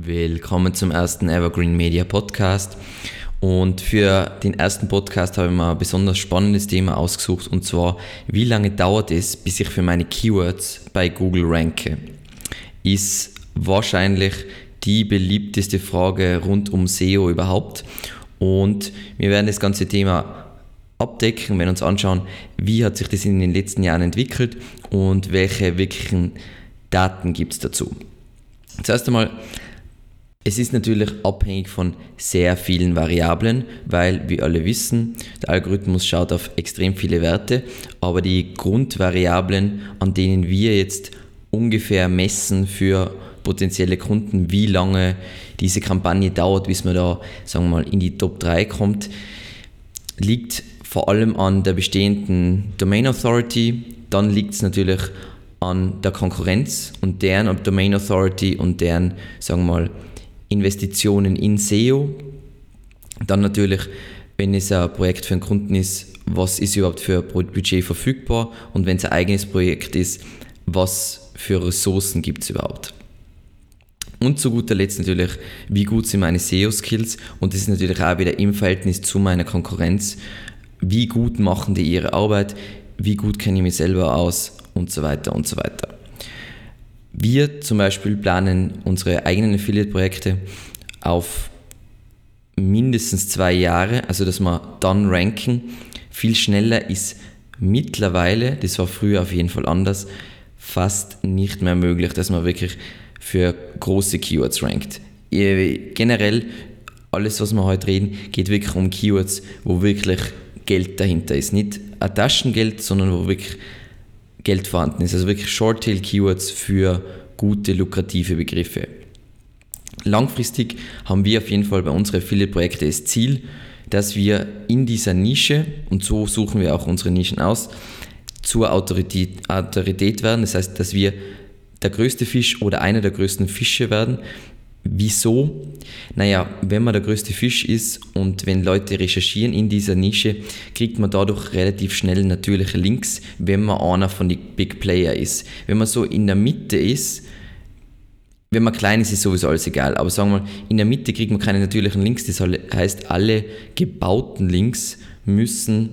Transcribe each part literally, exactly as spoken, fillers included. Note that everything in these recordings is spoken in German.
Willkommen zum ersten Evergreen Media Podcast. Und für den ersten Podcast habe ich mir ein besonders spannendes Thema ausgesucht, und zwar, wie lange dauert es, bis ich für meine Keywords bei Google ranke? Ist wahrscheinlich die beliebteste Frage rund um S E O überhaupt. Und wir werden das ganze Thema abdecken, wenn wir uns anschauen, wie hat sich das in den letzten Jahren entwickelt und welche wirklichen Daten gibt es dazu. Zuerst einmal, es ist natürlich abhängig von sehr vielen Variablen, weil wir alle wissen, der Algorithmus schaut auf extrem viele Werte, aber die Grundvariablen, an denen wir jetzt ungefähr messen für potenzielle Kunden, wie lange diese Kampagne dauert, bis man da, sagen wir mal, in die Top drei kommt, liegt vor allem an der bestehenden Domain Authority. Dann liegt es natürlich an der Konkurrenz und deren Domain Authority und deren, sagen wir mal, Investitionen in S E O. Dann natürlich, wenn es ein Projekt für einen Kunden ist, was ist überhaupt für ein Budget verfügbar, und wenn es ein eigenes Projekt ist, was für Ressourcen gibt es überhaupt. Und zu guter Letzt natürlich, wie gut sind meine S E O-Skills, und das ist natürlich auch wieder im Verhältnis zu meiner Konkurrenz. Wie gut machen die ihre Arbeit, wie gut kenne ich mich selber aus und so weiter und so weiter. Wir zum Beispiel planen unsere eigenen Affiliate-Projekte auf mindestens zwei Jahre, also dass wir dann ranken. Viel schneller ist mittlerweile, das war früher auf jeden Fall anders, fast nicht mehr möglich, dass man wirklich für große Keywords rankt. Generell, alles, was wir heute reden, geht wirklich um Keywords, wo wirklich Geld dahinter ist. Nicht ein Taschengeld, sondern wo wirklich Geld vorhanden ist. Also wirklich Short-Tail-Keywords für gute, lukrative Begriffe. Langfristig haben wir auf jeden Fall bei unseren Affiliate-Projekten das Ziel, dass wir in dieser Nische, und so suchen wir auch unsere Nischen aus, zur Autorität, Autorität werden. Das heißt, dass wir der größte Fisch oder einer der größten Fische werden. Wieso? Naja, wenn man der größte Fisch ist und wenn Leute recherchieren in dieser Nische, kriegt man dadurch relativ schnell natürliche Links, wenn man einer von den Big Player ist. Wenn man so in der Mitte ist, wenn man klein ist, ist sowieso alles egal, aber sagen wir mal, in der Mitte kriegt man keine natürlichen Links, das heißt, alle gebauten Links müssen,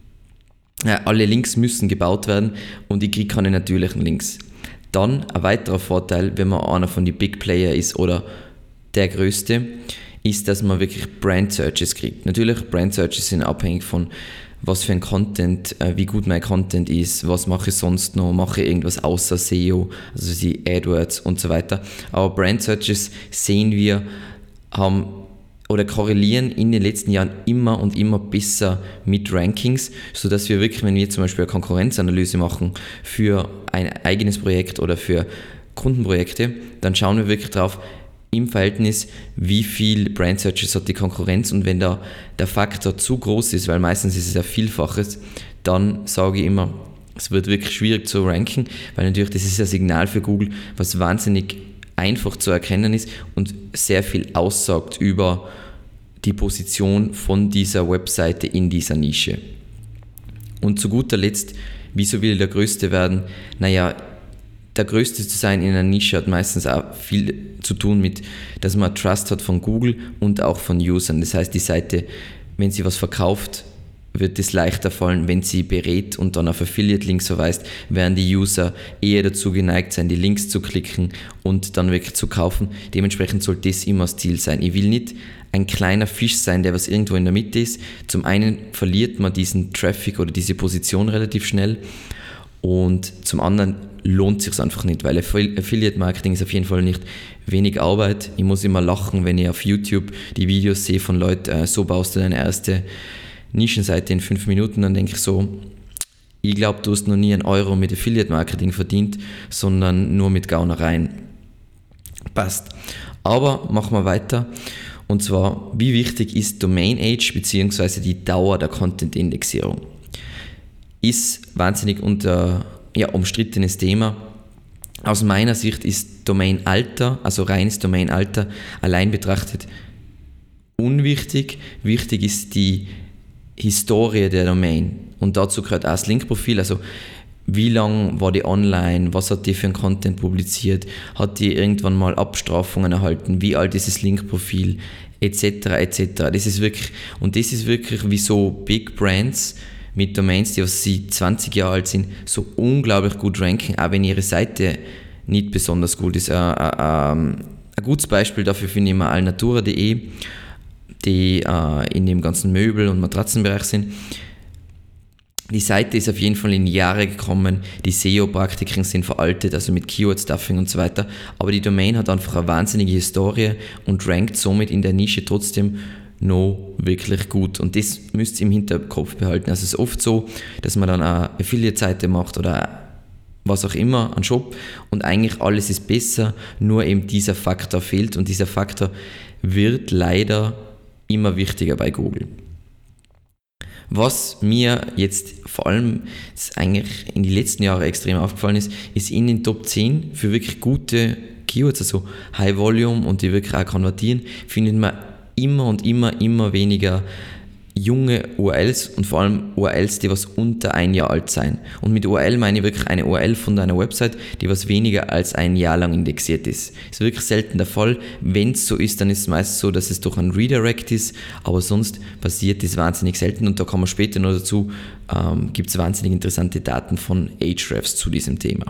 äh, alle Links müssen gebaut werden, und ich kriege keine natürlichen Links. Dann ein weiterer Vorteil, wenn man einer von den Big Player ist oder der größte, ist, dass man wirklich Brand Searches kriegt. Natürlich, Brand Searches sind abhängig von, was für ein Content, äh, wie gut mein Content ist, was mache ich sonst noch, mache ich irgendwas außer S E O, also die AdWords und so weiter. Aber Brand Searches sehen wir, haben oder korrelieren in den letzten Jahren immer und immer besser mit Rankings, sodass wir wirklich, wenn wir zum Beispiel eine Konkurrenzanalyse machen für ein eigenes Projekt oder für Kundenprojekte, dann schauen wir wirklich drauf, im Verhältnis, wie viel Brand Searches hat die Konkurrenz, und wenn da der Faktor zu groß ist, weil meistens ist es ja Vielfaches, dann sage ich immer, es wird wirklich schwierig zu ranken, weil natürlich das ist ein Signal für Google, was wahnsinnig einfach zu erkennen ist und sehr viel aussagt über die Position von dieser Webseite in dieser Nische. Und zu guter Letzt, wieso will ich der Größte werden? Naja, der Größte zu sein in einer Nische hat meistens auch viel zu tun mit, dass man Trust hat von Google und auch von Usern. Das heißt, die Seite, wenn sie was verkauft, wird es leichter fallen, wenn sie berät und dann auf Affiliate-Links verweist, werden die User eher dazu geneigt sein, die Links zu klicken und dann wirklich zu kaufen. Dementsprechend soll das immer das Ziel sein. Ich will nicht ein kleiner Fisch sein, der was irgendwo in der Mitte ist. Zum einen verliert man diesen Traffic oder diese Position relativ schnell, und zum anderen lohnt es sich einfach nicht, weil Affiliate-Marketing ist auf jeden Fall nicht wenig Arbeit. Ich muss immer lachen, wenn ich auf YouTube die Videos sehe von Leuten, äh, so baust du deine erste Nischenseite in fünf Minuten, dann denke ich so, ich glaube, du hast noch nie einen Euro mit Affiliate-Marketing verdient, sondern nur mit Gaunereien. Passt. Aber machen wir weiter. Und zwar, wie wichtig ist Domain Age bzw. die Dauer der Content-Indexierung? Ist wahnsinnig unter, ja, umstrittenes Thema. Aus meiner Sicht ist Domain-Alter, also reines Domain-Alter, allein betrachtet unwichtig. Wichtig ist die Historie der Domain, und dazu gehört auch das Linkprofil. Also wie lange war die online, was hat die für einen Content publiziert, hat die irgendwann mal Abstrafungen erhalten, wie alt ist das Linkprofil, et cetera et cetera. Das ist wirklich, und das ist wirklich, wieso Big Brands mit Domains, die was sie zwanzig Jahre alt sind, so unglaublich gut ranken, auch wenn ihre Seite nicht besonders gut ist. Äh, äh, ähm, ein gutes Beispiel dafür finde ich mal alnatura punkt de, die äh, in dem ganzen Möbel- und Matratzenbereich sind. Die Seite ist auf jeden Fall in die Jahre gekommen, die S E O-Praktiken sind veraltet, also mit Keyword-Stuffing und so weiter, aber die Domain hat einfach eine wahnsinnige Historie und rankt somit in der Nische trotzdem noch wirklich gut, und das müsst ihr im Hinterkopf behalten. Also es ist oft so, dass man dann eine Affiliate-Seite macht oder was auch immer, einen Shop, und eigentlich alles ist besser, nur eben dieser Faktor fehlt, und dieser Faktor wird leider immer wichtiger bei Google. Was mir jetzt vor allem eigentlich in den letzten Jahren extrem aufgefallen ist, ist in den Top zehn für wirklich gute Keywords, also High Volume und die wirklich auch konvertieren, findet man immer und immer, immer weniger junge U R Ls und vor allem U R Ls, die was unter ein Jahr alt sein. Und mit U R L meine ich wirklich eine U R L von deiner Website, die was weniger als ein Jahr lang indexiert ist. Das ist wirklich selten der Fall. Wenn es so ist, dann ist es meist so, dass es durch ein Redirect ist, aber sonst passiert das wahnsinnig selten, und da kommen wir später noch dazu, ähm, gibt es wahnsinnig interessante Daten von Ahrefs zu diesem Thema.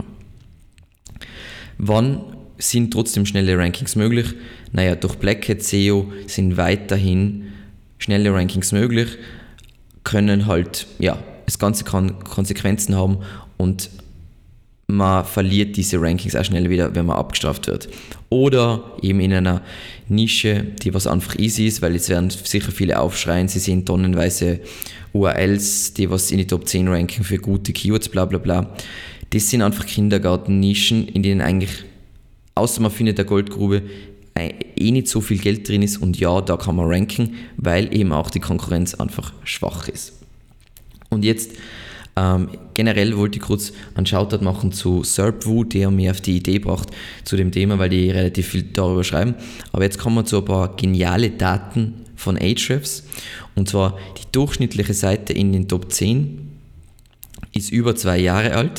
Wann sind trotzdem schnelle Rankings möglich? Naja, durch Black Hat S E O sind weiterhin schnelle Rankings möglich, können halt, ja, das Ganze kann Konsequenzen haben, und man verliert diese Rankings auch schnell wieder, wenn man abgestraft wird. Oder eben in einer Nische, die was einfach easy ist, weil jetzt werden sicher viele aufschreien, sie sehen tonnenweise U R Ls, die was in die Top zehn ranken für gute Keywords, bla bla bla. Das sind einfach Kindergarten-Nischen, in denen eigentlich, außer man findet eine Goldgrube, eh nicht so viel Geld drin ist, und ja, da kann man ranken, weil eben auch die Konkurrenz einfach schwach ist. Und jetzt ähm, generell wollte ich kurz einen Shoutout machen zu SERPWoo, der mir auf die Idee bracht zu dem Thema, weil die relativ viel darüber schreiben. Aber jetzt kommen wir zu ein paar geniale Daten von Ahrefs, und zwar die durchschnittliche Seite in den Top zehn ist über zwei Jahre alt.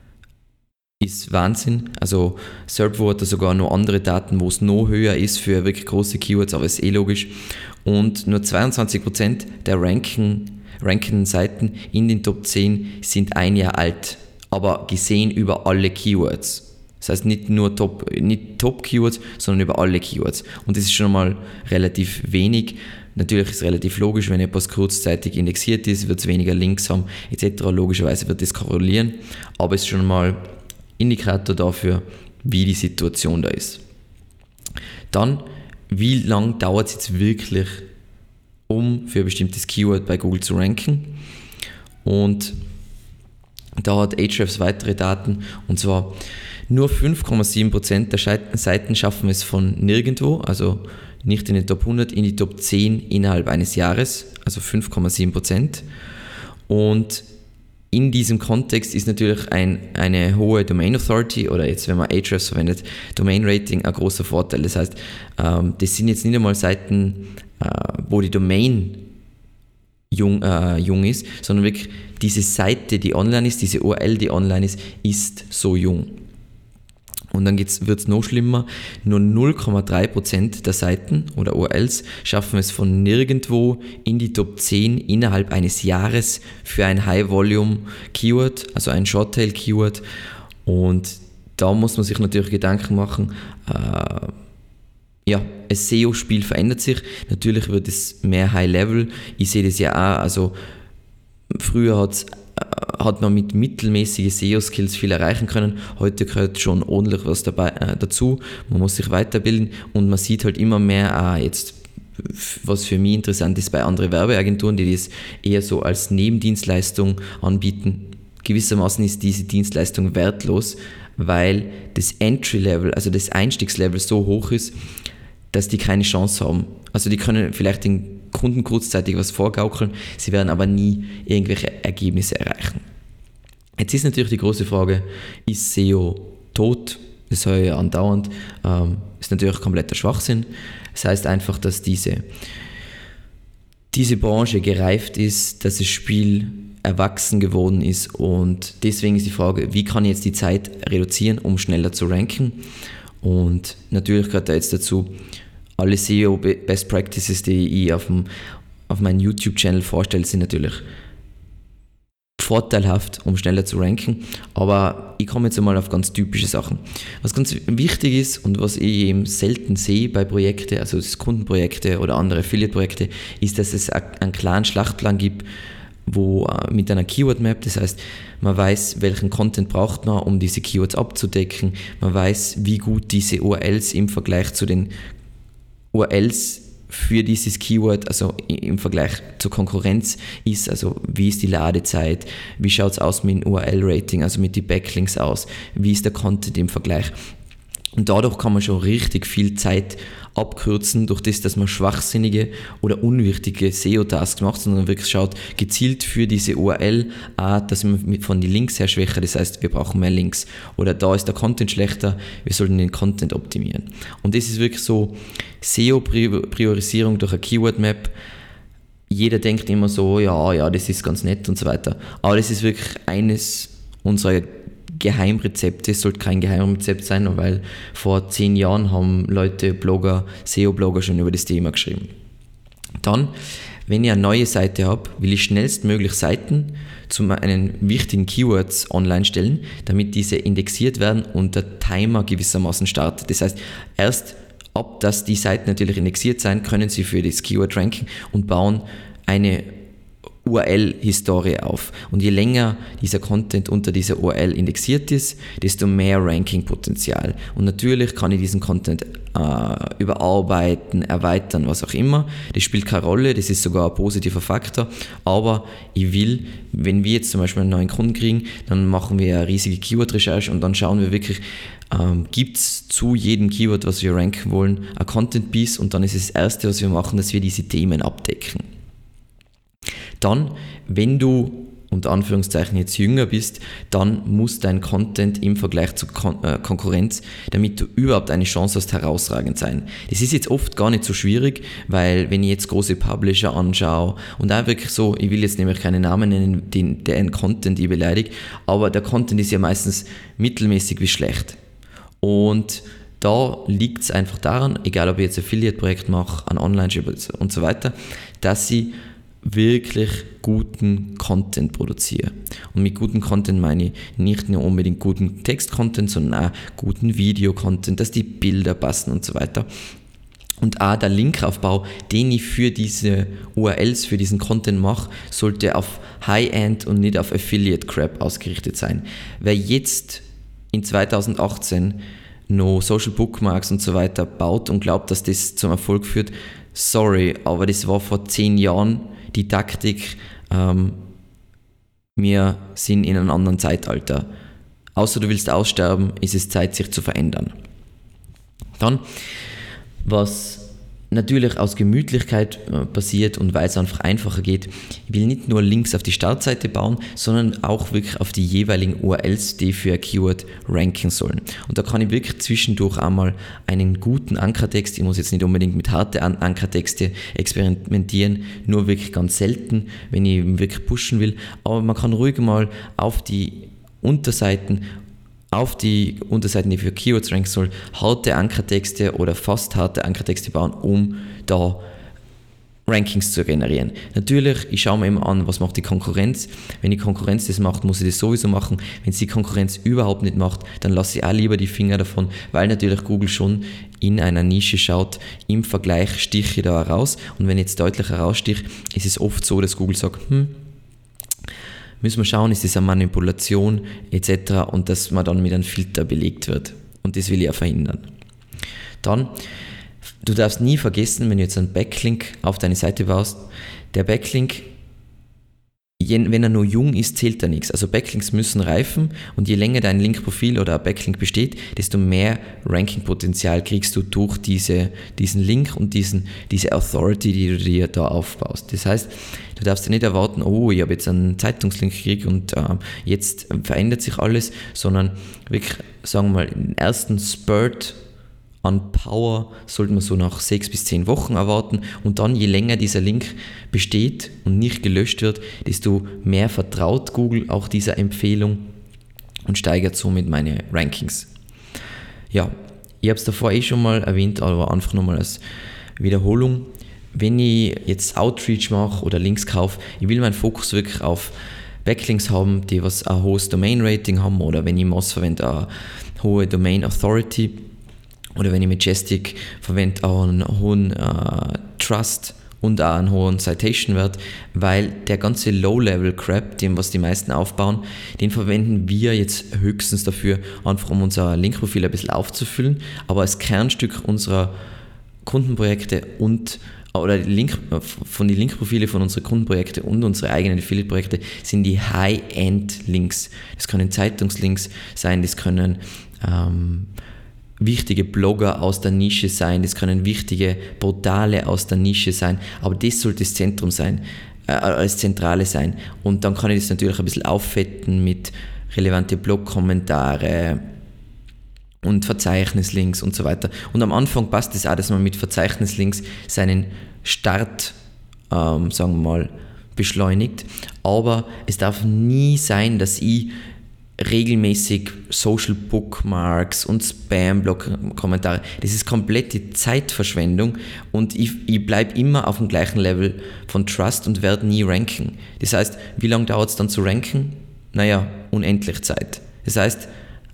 Ist Wahnsinn. Also SERPWoo hat da sogar noch andere Daten, wo es noch höher ist für wirklich große Keywords, aber ist eh logisch. Und nur zweiundzwanzig Prozent der ranken, rankenden Seiten in den Top zehn sind ein Jahr alt, aber gesehen über alle Keywords. Das heißt nicht nur Top, nicht Top-Keywords, sondern über alle Keywords. Und das ist schon mal relativ wenig. Natürlich ist es relativ logisch, wenn etwas kurzzeitig indexiert ist, wird es weniger Links haben, et cetera. Logischerweise wird das korrelieren, aber es ist schon mal Indikator dafür, wie die Situation da ist. Dann, wie lange dauert es jetzt wirklich, um für ein bestimmtes Keyword bei Google zu ranken? Und da hat Ahrefs weitere Daten, und zwar nur fünf Komma sieben Prozent der Seiten schaffen es von nirgendwo, also nicht in den Top hundert, in die Top zehn innerhalb eines Jahres, also fünf Komma sieben Prozent. Und in diesem Kontext ist natürlich ein, eine hohe Domain Authority, oder jetzt, wenn man Ahrefs verwendet, Domain Rating ein großer Vorteil. Das heißt, ähm, das sind jetzt nicht einmal Seiten, äh, wo die Domain jung, äh, jung ist, sondern wirklich diese Seite, die online ist, diese U R L, die online ist, ist so jung. Und dann wird es noch schlimmer, nur null Komma drei Prozent der Seiten oder U R Ls schaffen es von nirgendwo in die Top zehn innerhalb eines Jahres für ein High-Volume-Keyword, also ein Short-Tail-Keyword. Und da muss man sich natürlich Gedanken machen, äh, ja, das S E O-Spiel verändert sich, natürlich wird es mehr High-Level, ich sehe das ja auch, also früher hat es hat man mit mittelmäßigen S E O-Skills viel erreichen können. Heute gehört schon ordentlich was dabei, äh, dazu. Man muss sich weiterbilden, und man sieht halt immer mehr, ah, jetzt, was für mich interessant ist, bei anderen Werbeagenturen, die das eher so als Nebendienstleistung anbieten. Gewissermaßen ist diese Dienstleistung wertlos, weil das Entry-Level, also das Einstiegslevel so hoch ist, dass die keine Chance haben. Also die können vielleicht den Kunden kurzzeitig was vorgaukeln, sie werden aber nie irgendwelche Ergebnisse erreichen. Jetzt ist natürlich die große Frage, ist S E O tot? Das höre ich ja andauernd. Ähm, ist natürlich kompletter Schwachsinn. Das heißt einfach, dass diese, diese Branche gereift ist, dass das Spiel erwachsen geworden ist und deswegen ist die Frage, wie kann ich jetzt die Zeit reduzieren, um schneller zu ranken? Und natürlich gehört da jetzt dazu, alle S E O Best Practices, die ich auf, dem, auf meinem YouTube-Channel vorstelle, sind natürlich vorteilhaft, um schneller zu ranken, aber ich komme jetzt einmal auf ganz typische Sachen. Was ganz wichtig ist und was ich eben selten sehe bei Projekten, also das Kundenprojekte oder andere Affiliate-Projekte, ist, dass es einen klaren Schlachtplan gibt, wo mit einer Keyword-Map, das heißt, man weiß, welchen Content braucht man, um diese Keywords abzudecken, man weiß, wie gut diese U R Ls im Vergleich zu den U R Ls für dieses Keyword, also im Vergleich zur Konkurrenz ist, also wie ist die Ladezeit, wie schaut es aus mit dem U R L-Rating, also mit den Backlinks aus, wie ist der Content im Vergleich. Und dadurch kann man schon richtig viel Zeit abkürzen, durch das, dass man schwachsinnige oder unwichtige S E O-Tasks macht, sondern wirklich schaut gezielt für diese U R L, auch, dass man von den Links her schwächer, das heißt, wir brauchen mehr Links. Oder da ist der Content schlechter, wir sollten den Content optimieren. Und das ist wirklich so S E O-Priorisierung durch eine Keyword-Map. Jeder denkt immer so, ja, ja, das ist ganz nett und so weiter. Aber das ist wirklich eines unserer Geheimrezepte. Es sollte kein Geheimrezept sein, weil vor zehn Jahren haben Leute, Blogger, S E O-Blogger schon über das Thema geschrieben. Dann, wenn ich eine neue Seite habe, will ich schnellstmöglich Seiten zu meinen wichtigen Keywords online stellen, damit diese indexiert werden und der Timer gewissermaßen startet. Das heißt, erst ab, dass die Seiten natürlich indexiert sein, können sie für das Keyword ranken und bauen eine U R L-Historie auf. Und je länger dieser Content unter dieser U R L indexiert ist, desto mehr Ranking-Potenzial. Und natürlich kann ich diesen Content äh, überarbeiten, erweitern, was auch immer. Das spielt keine Rolle, das ist sogar ein positiver Faktor. Aber ich will, wenn wir jetzt zum Beispiel einen neuen Kunden kriegen, dann machen wir eine riesige Keyword-Recherche und dann schauen wir wirklich, ähm, gibt es zu jedem Keyword, was wir ranken wollen, ein Content-Piece und dann ist das Erste, was wir machen, dass wir diese Themen abdecken. Dann, wenn du unter Anführungszeichen jetzt jünger bist, dann muss dein Content im Vergleich zur Kon- äh, Konkurrenz, damit du überhaupt eine Chance hast, herausragend sein. Das ist jetzt oft gar nicht so schwierig, weil wenn ich jetzt große Publisher anschaue und auch wirklich so, ich will jetzt nämlich keine Namen nennen, den, deren Content ich beleidige, aber der Content ist ja meistens mittelmäßig bis schlecht. Und da liegt es einfach daran, egal ob ich jetzt Affiliate-Projekt mache, ein Online-Shop und so weiter, dass ich wirklich guten Content produziere. Und mit guten Content meine ich nicht nur unbedingt guten Text-Content, sondern auch guten Video-Content, dass die Bilder passen und so weiter. Und auch der Linkaufbau, den ich für diese U R Ls, für diesen Content mache, sollte auf High-End und nicht auf Affiliate-Crap ausgerichtet sein. Wer jetzt in zwanzig achtzehn noch Social Bookmarks und so weiter baut und glaubt, dass das zum Erfolg führt, sorry, aber das war vor zehn Jahren die Taktik. Ähm, wir sind in einem anderen Zeitalter. Außer du willst aussterben, ist es Zeit, sich zu verändern. Dann, was natürlich aus Gemütlichkeit äh, passiert und weil es einfach einfacher geht, ich will nicht nur Links auf die Startseite bauen, sondern auch wirklich auf die jeweiligen U R Ls, die für ein Keyword ranken sollen. Und da kann ich wirklich zwischendurch einmal einen guten Ankertext, ich muss jetzt nicht unbedingt mit harten An- Ankertexte experimentieren, nur wirklich ganz selten, wenn ich wirklich pushen will, aber man kann ruhig mal auf die Unterseiten auf die Unterseiten, die für Keywords ranken soll, harte Ankertexte oder fast harte Ankertexte bauen, um da Rankings zu generieren. Natürlich, ich schaue mir immer an, was macht die Konkurrenz. Wenn die Konkurrenz das macht, muss ich das sowieso machen. Wenn es die Konkurrenz überhaupt nicht macht, dann lasse ich auch lieber die Finger davon, weil natürlich Google schon in einer Nische schaut, im Vergleich stiche ich da heraus. Und wenn ich jetzt deutlich herausstiche, ist es oft so, dass Google sagt, hm, müssen wir schauen, ist das eine Manipulation et cetera und dass man dann mit einem Filter belegt wird. Und das will ich ja verhindern. Dann, du darfst nie vergessen, wenn du jetzt einen Backlink auf deine Seite baust, der Backlink, wenn er nur jung ist, zählt er nichts. Also Backlinks müssen reifen und je länger dein Linkprofil oder ein Backlink besteht, desto mehr Ranking-Potenzial kriegst du durch diese, diesen Link und diesen, diese Authority, die du dir da aufbaust. Das heißt, du darfst ja nicht erwarten, oh, ich habe jetzt einen Zeitungslink gekriegt und äh, jetzt verändert sich alles, sondern wirklich, sagen wir mal, den ersten Spurt an Power sollte man so nach sechs bis zehn Wochen erwarten und dann, je länger dieser Link besteht und nicht gelöscht wird, desto mehr vertraut Google auch dieser Empfehlung und steigert somit meine Rankings. Ja, ich habe es davor eh schon mal erwähnt, aber einfach nochmal als Wiederholung. Wenn ich jetzt Outreach mache oder Links kaufe, ich will meinen Fokus wirklich auf Backlinks haben, die was ein hohes Domain-Rating haben, oder wenn ich Moz verwende, eine hohe Domain Authority, oder wenn ich Majestic verwende, auch einen hohen uh, Trust und auch einen hohen Citation-Wert, weil der ganze Low-Level-Crap, den was die meisten aufbauen, den verwenden wir jetzt höchstens dafür, einfach um unser Linkprofil ein bisschen aufzufüllen, aber als Kernstück unserer Kundenprojekte und oder die Link, von den Linkprofile von unseren Kundenprojekten und unsere eigenen Affiliate-Projekte sind die High-End-Links. Das können Zeitungslinks sein, das können ähm, wichtige Blogger aus der Nische sein, das können wichtige Portale aus der Nische sein, aber das sollte das Zentrum sein, äh, als Zentrale sein. Und dann kann ich das natürlich ein bisschen auffetten mit relevante Blog-Kommentare und Verzeichnislinks und so weiter. Und am Anfang passt es auch, dass man mit Verzeichnislinks seinen Start, ähm, sagen wir mal, beschleunigt. Aber es darf nie sein, dass ich regelmäßig Social Bookmarks und Spam-Blog-Kommentare, das ist komplette Zeitverschwendung und ich, ich bleibe immer auf dem gleichen Level von Trust und werde nie ranken. Das heißt, wie lange dauert es dann zu ranken? Naja, unendlich Zeit. Das heißt,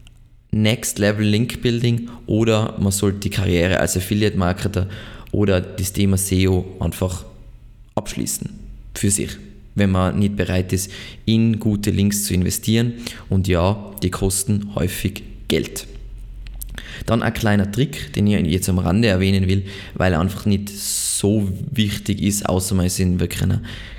Next Level Link Building, oder man sollte die Karriere als Affiliate Marketer oder das Thema S E O einfach abschließen für sich, wenn man nicht bereit ist, in gute Links zu investieren, und ja, die kosten häufig Geld. Dann ein kleiner Trick, den ich jetzt am Rande erwähnen will, weil er einfach nicht so wichtig ist, außer man ist in wirklich einer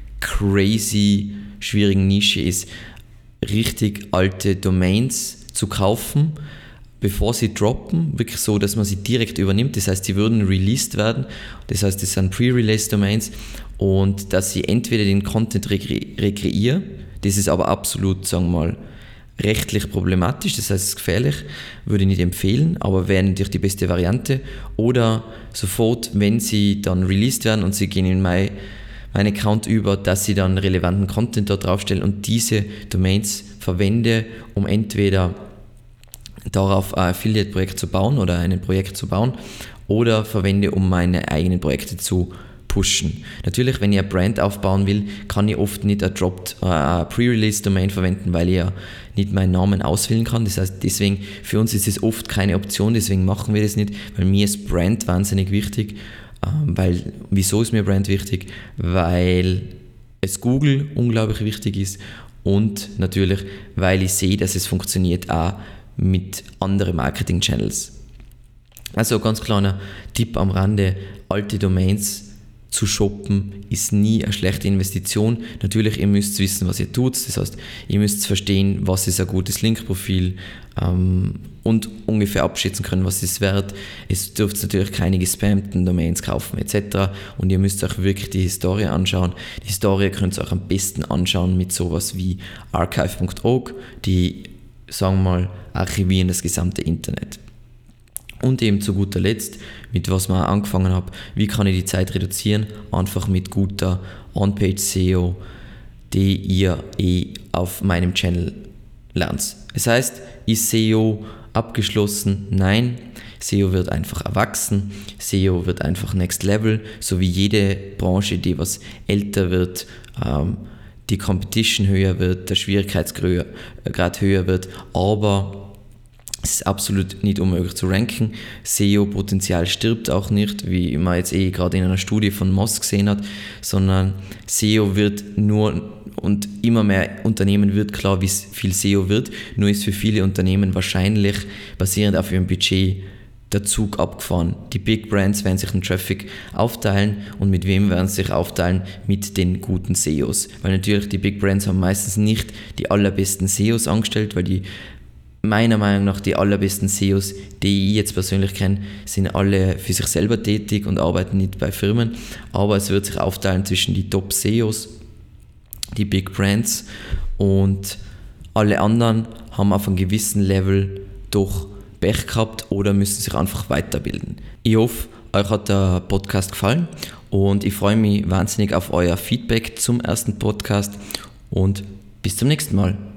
crazy schwierigen Nische, ist, richtig alte Domains zu kaufen, bevor sie droppen, wirklich so, dass man sie direkt übernimmt. Das heißt, sie würden released werden. Das heißt, das sind Pre-Release-Domains, und dass sie entweder den Content rekre- rekreieren, das ist aber absolut, sagen wir mal, rechtlich problematisch, das heißt, es ist gefährlich, würde ich nicht empfehlen, aber wäre natürlich die beste Variante, oder sofort, wenn sie dann released werden und sie gehen in mein, mein Account über, dass sie dann relevanten Content dort draufstellen und diese Domains verwende, um entweder darauf ein Affiliate-Projekt zu bauen oder ein Projekt zu bauen, oder verwende, um meine eigenen Projekte zu pushen. Natürlich, wenn ich eine Brand aufbauen will, kann ich oft nicht eine, Dropped, äh, eine Pre-Release-Domain verwenden, weil ich ja nicht meinen Namen auswählen kann. Das heißt, deswegen, für uns ist es oft keine Option, deswegen machen wir das nicht, weil mir ist Brand wahnsinnig wichtig. Ähm, weil, wieso ist mir Brand wichtig? Weil es Google unglaublich wichtig ist, und natürlich, weil ich sehe, dass es funktioniert auch mit anderen Marketing-Channels. Also ganz kleiner Tipp am Rande, alte Domains zu shoppen ist nie eine schlechte Investition. Natürlich, ihr müsst wissen, was ihr tut. Das heißt, ihr müsst verstehen, was ist ein gutes Linkprofil, ähm, und ungefähr abschätzen können, was es wert. Es dürft natürlich keine gespammten Domains kaufen et cetera. Und ihr müsst euch wirklich die Historie anschauen. Die Historie könnt ihr euch am besten anschauen mit sowas wie archive punkt org, die, sagen wir mal, archivieren das gesamte Internet. Und eben zu guter Letzt, mit was wir angefangen haben, wie kann ich die Zeit reduzieren? Einfach mit guter On-Page-S E O, die ihr eh auf meinem Channel lernt. Das heißt, ist S E O abgeschlossen? Nein, S E O wird einfach erwachsen, S E O wird einfach Next Level, so wie jede Branche, die was älter wird, ähm, die Competition höher wird, der Schwierigkeitsgrad höher wird, aber es ist absolut nicht unmöglich zu ranken. S E O-Potenzial stirbt auch nicht, wie man jetzt eh gerade in einer Studie von Moz gesehen hat, sondern S E O wird nur, und immer mehr Unternehmen wird klar, wie viel S E O wird, nur ist für viele Unternehmen wahrscheinlich basierend auf ihrem Budget der Zug abgefahren. Die Big Brands werden sich den Traffic aufteilen, und mit wem werden sie sich aufteilen? Mit den guten S E Os. Weil natürlich die Big Brands haben meistens nicht die allerbesten S E Os angestellt, weil die meiner Meinung nach die allerbesten S E Os, die ich jetzt persönlich kenne, sind alle für sich selber tätig und arbeiten nicht bei Firmen, aber es wird sich aufteilen zwischen die Top-S E Os, die Big Brands, und alle anderen haben auf einem gewissen Level doch Pech gehabt oder müssen sich einfach weiterbilden. Ich hoffe, euch hat der Podcast gefallen und ich freue mich wahnsinnig auf euer Feedback zum ersten Podcast und bis zum nächsten Mal.